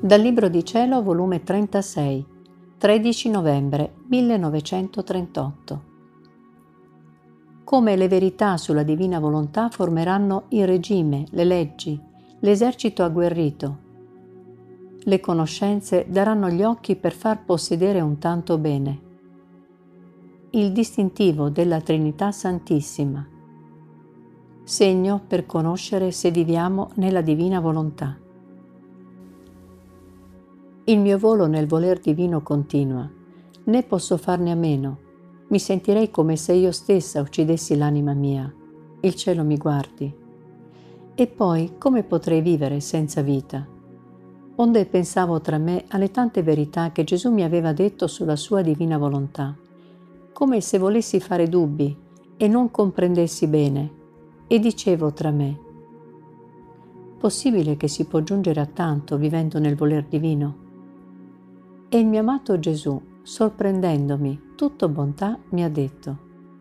Dal Libro di Cielo, volume 36, 13 novembre 1938. Come le verità sulla divina volontà formeranno il regime, le leggi, l'esercito agguerrito. Le conoscenze daranno gli occhi per far possedere un tanto bene. Il distintivo della Trinità Santissima. Segno per conoscere se viviamo nella divina volontà. Il mio volo nel voler divino continua, né posso farne a meno. Mi sentirei come se io stessa uccidessi l'anima mia. Il cielo mi guardi. E poi come potrei vivere senza vita? Onde pensavo tra me alle tante verità che Gesù mi aveva detto sulla sua divina volontà, come se volessi fare dubbi e non comprendessi bene, e dicevo tra me: possibile che si può giungere a tanto vivendo nel voler divino? E il mio amato Gesù, sorprendendomi, tutto bontà, mi ha detto: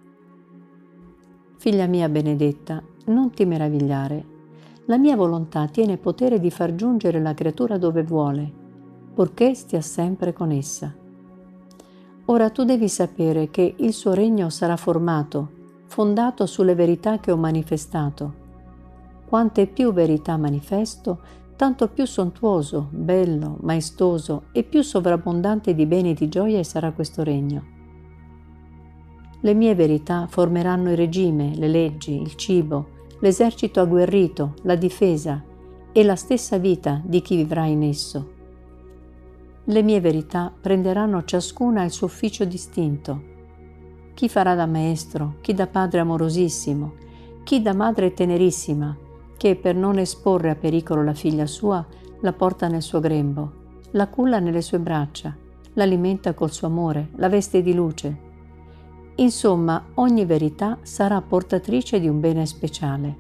figlia mia benedetta, non ti meravigliare. La mia volontà tiene potere di far giungere la creatura dove vuole, purché stia sempre con essa. Ora tu devi sapere che il suo regno sarà formato, fondato sulle verità che ho manifestato. Quante più verità manifesto, tanto più sontuoso, bello, maestoso e più sovrabbondante di beni e di gioie sarà questo regno. Le mie verità formeranno il regime, le leggi, il cibo, l'esercito agguerrito, la difesa e la stessa vita di chi vivrà in esso. Le mie verità prenderanno ciascuna il suo ufficio distinto. Chi farà da maestro, chi da padre amorosissimo, chi da madre tenerissima, che per non esporre a pericolo la figlia sua la porta nel suo grembo, la culla nelle sue braccia, l'alimenta col suo amore, la veste di luce. Insomma, ogni verità sarà portatrice di un bene speciale.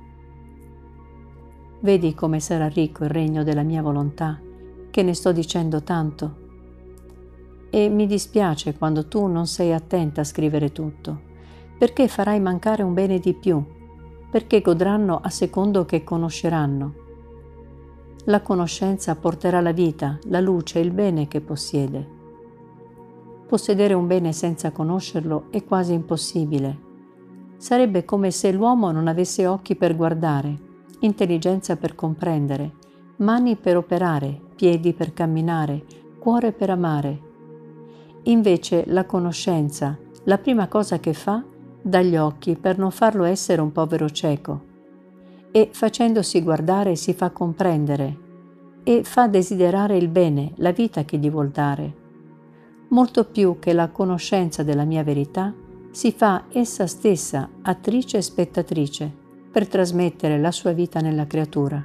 Vedi come sarà ricco il regno della mia volontà, che ne sto dicendo tanto. E mi dispiace quando tu non sei attenta a scrivere tutto, perché farai mancare un bene di più, perché godranno a secondo che conosceranno. La conoscenza porterà la vita, la luce e il bene che possiede. Possedere un bene senza conoscerlo è quasi impossibile. Sarebbe come se l'uomo non avesse occhi per guardare, intelligenza per comprendere, mani per operare, piedi per camminare, cuore per amare. Invece la conoscenza, la prima cosa che fa, dà gli occhi per non farlo essere un povero cieco, e facendosi guardare si fa comprendere e fa desiderare il bene, la vita che gli vuol dare. Molto più che la conoscenza della mia verità, si fa essa stessa attrice e spettatrice per trasmettere la sua vita nella creatura.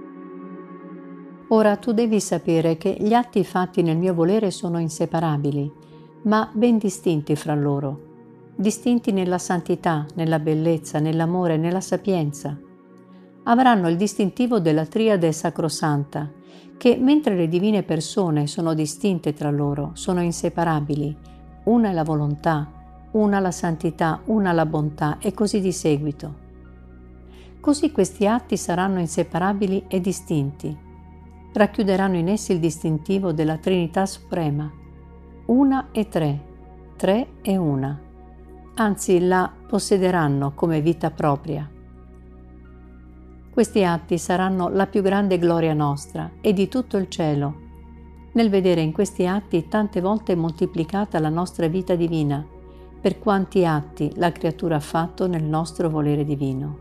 Ora tu devi sapere che gli atti fatti nel mio volere sono inseparabili, ma ben distinti fra loro, distinti nella santità, nella bellezza, nell'amore, nella sapienza. Avranno il distintivo della triade sacrosanta, che mentre le divine persone sono distinte tra loro, sono inseparabili, una è la volontà, una la santità, una la bontà e così di seguito. Così questi atti saranno inseparabili e distinti. Racchiuderanno in essi il distintivo della Trinità Suprema, una e tre, tre e una. Anzi, la possederanno come vita propria. Questi atti saranno la più grande gloria nostra e di tutto il cielo, nel vedere in questi atti tante volte moltiplicata la nostra vita divina, per quanti atti la creatura ha fatto nel nostro volere divino.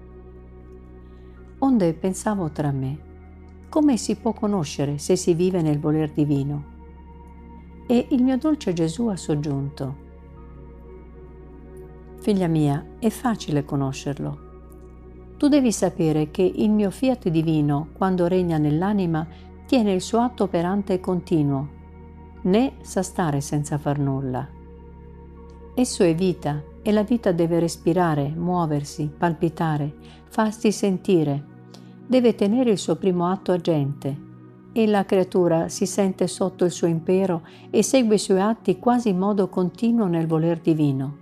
Onde pensavo tra me: come si può conoscere se si vive nel voler divino? E il mio dolce Gesù ha soggiunto: figlia mia, è facile conoscerlo. Tu devi sapere che il mio fiat divino, quando regna nell'anima, tiene il suo atto operante e continuo, né sa stare senza far nulla. Esso è vita, e la vita deve respirare, muoversi, palpitare, farsi sentire, deve tenere il suo primo atto agente, e la creatura si sente sotto il suo impero e segue i suoi atti quasi in modo continuo nel voler divino.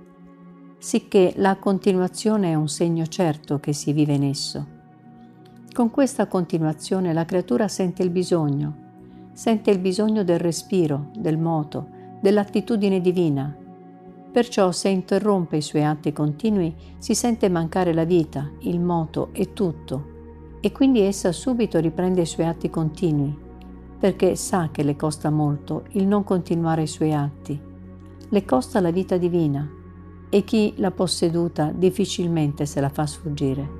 Sicché la continuazione è un segno certo che si vive in esso. Con questa continuazione la creatura sente il bisogno del respiro, del moto, dell'attitudine divina. Perciò se interrompe i suoi atti continui si sente mancare la vita, il moto e tutto, e quindi essa subito riprende i suoi atti continui, perché sa che le costa molto il non continuare i suoi atti. Le costa la vita divina, e chi l'ha posseduta difficilmente se la fa sfuggire.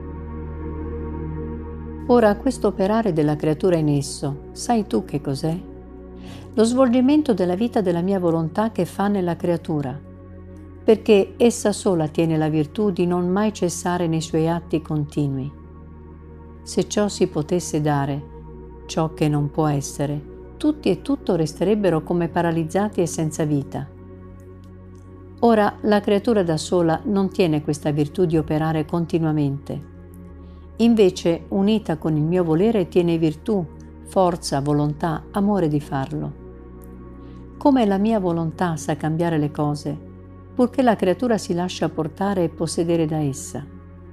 Ora, questo operare della creatura in esso, sai tu che cos'è? Lo svolgimento della vita della mia volontà che fa nella creatura, perché essa sola tiene la virtù di non mai cessare nei suoi atti continui. Se ciò si potesse dare, ciò che non può essere, tutti e tutto resterebbero come paralizzati e senza vita. Ora, la creatura da sola non tiene questa virtù di operare continuamente. Invece, unita con il mio volere, tiene virtù, forza, volontà, amore di farlo. Come la mia volontà sa cambiare le cose, purché la creatura si lascia portare e possedere da essa.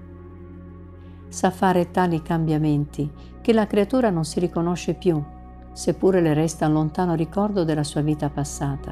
Sa fare tali cambiamenti che la creatura non si riconosce più, seppure le resta un lontano ricordo della sua vita passata.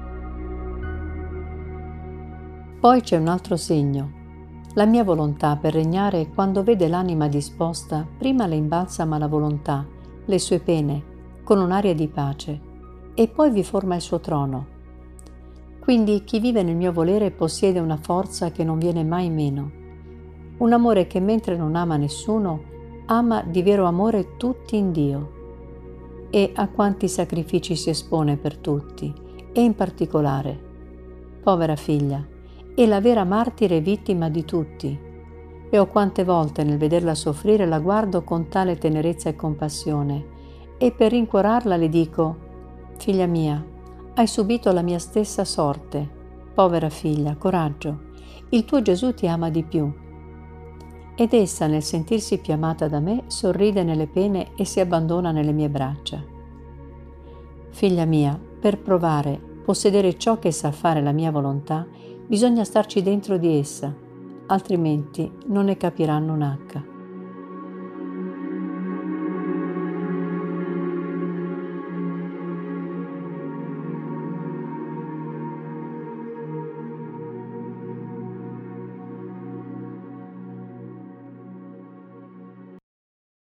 Poi c'è un altro segno. La mia volontà per regnare, quando vede l'anima disposta, prima le imbalsama la volontà, le sue pene, con un'aria di pace, e poi vi forma il suo trono. Quindi chi vive nel mio volere possiede una forza che non viene mai meno, un amore che mentre non ama nessuno, ama di vero amore tutti in Dio, e a quanti sacrifici si espone per tutti, e in particolare, povera figlia, è la vera martire vittima di tutti, e ho quante volte nel vederla soffrire la guardo con tale tenerezza e compassione, e per rincuorarla le dico: figlia mia, hai subito la mia stessa sorte, povera figlia, coraggio, il tuo Gesù ti ama di più. Ed essa, nel sentirsi più amata da me, sorride nelle pene e si abbandona nelle mie braccia. Figlia mia, per provare, possedere ciò che sa fare la mia volontà, bisogna starci dentro di essa, altrimenti non ne capiranno un H.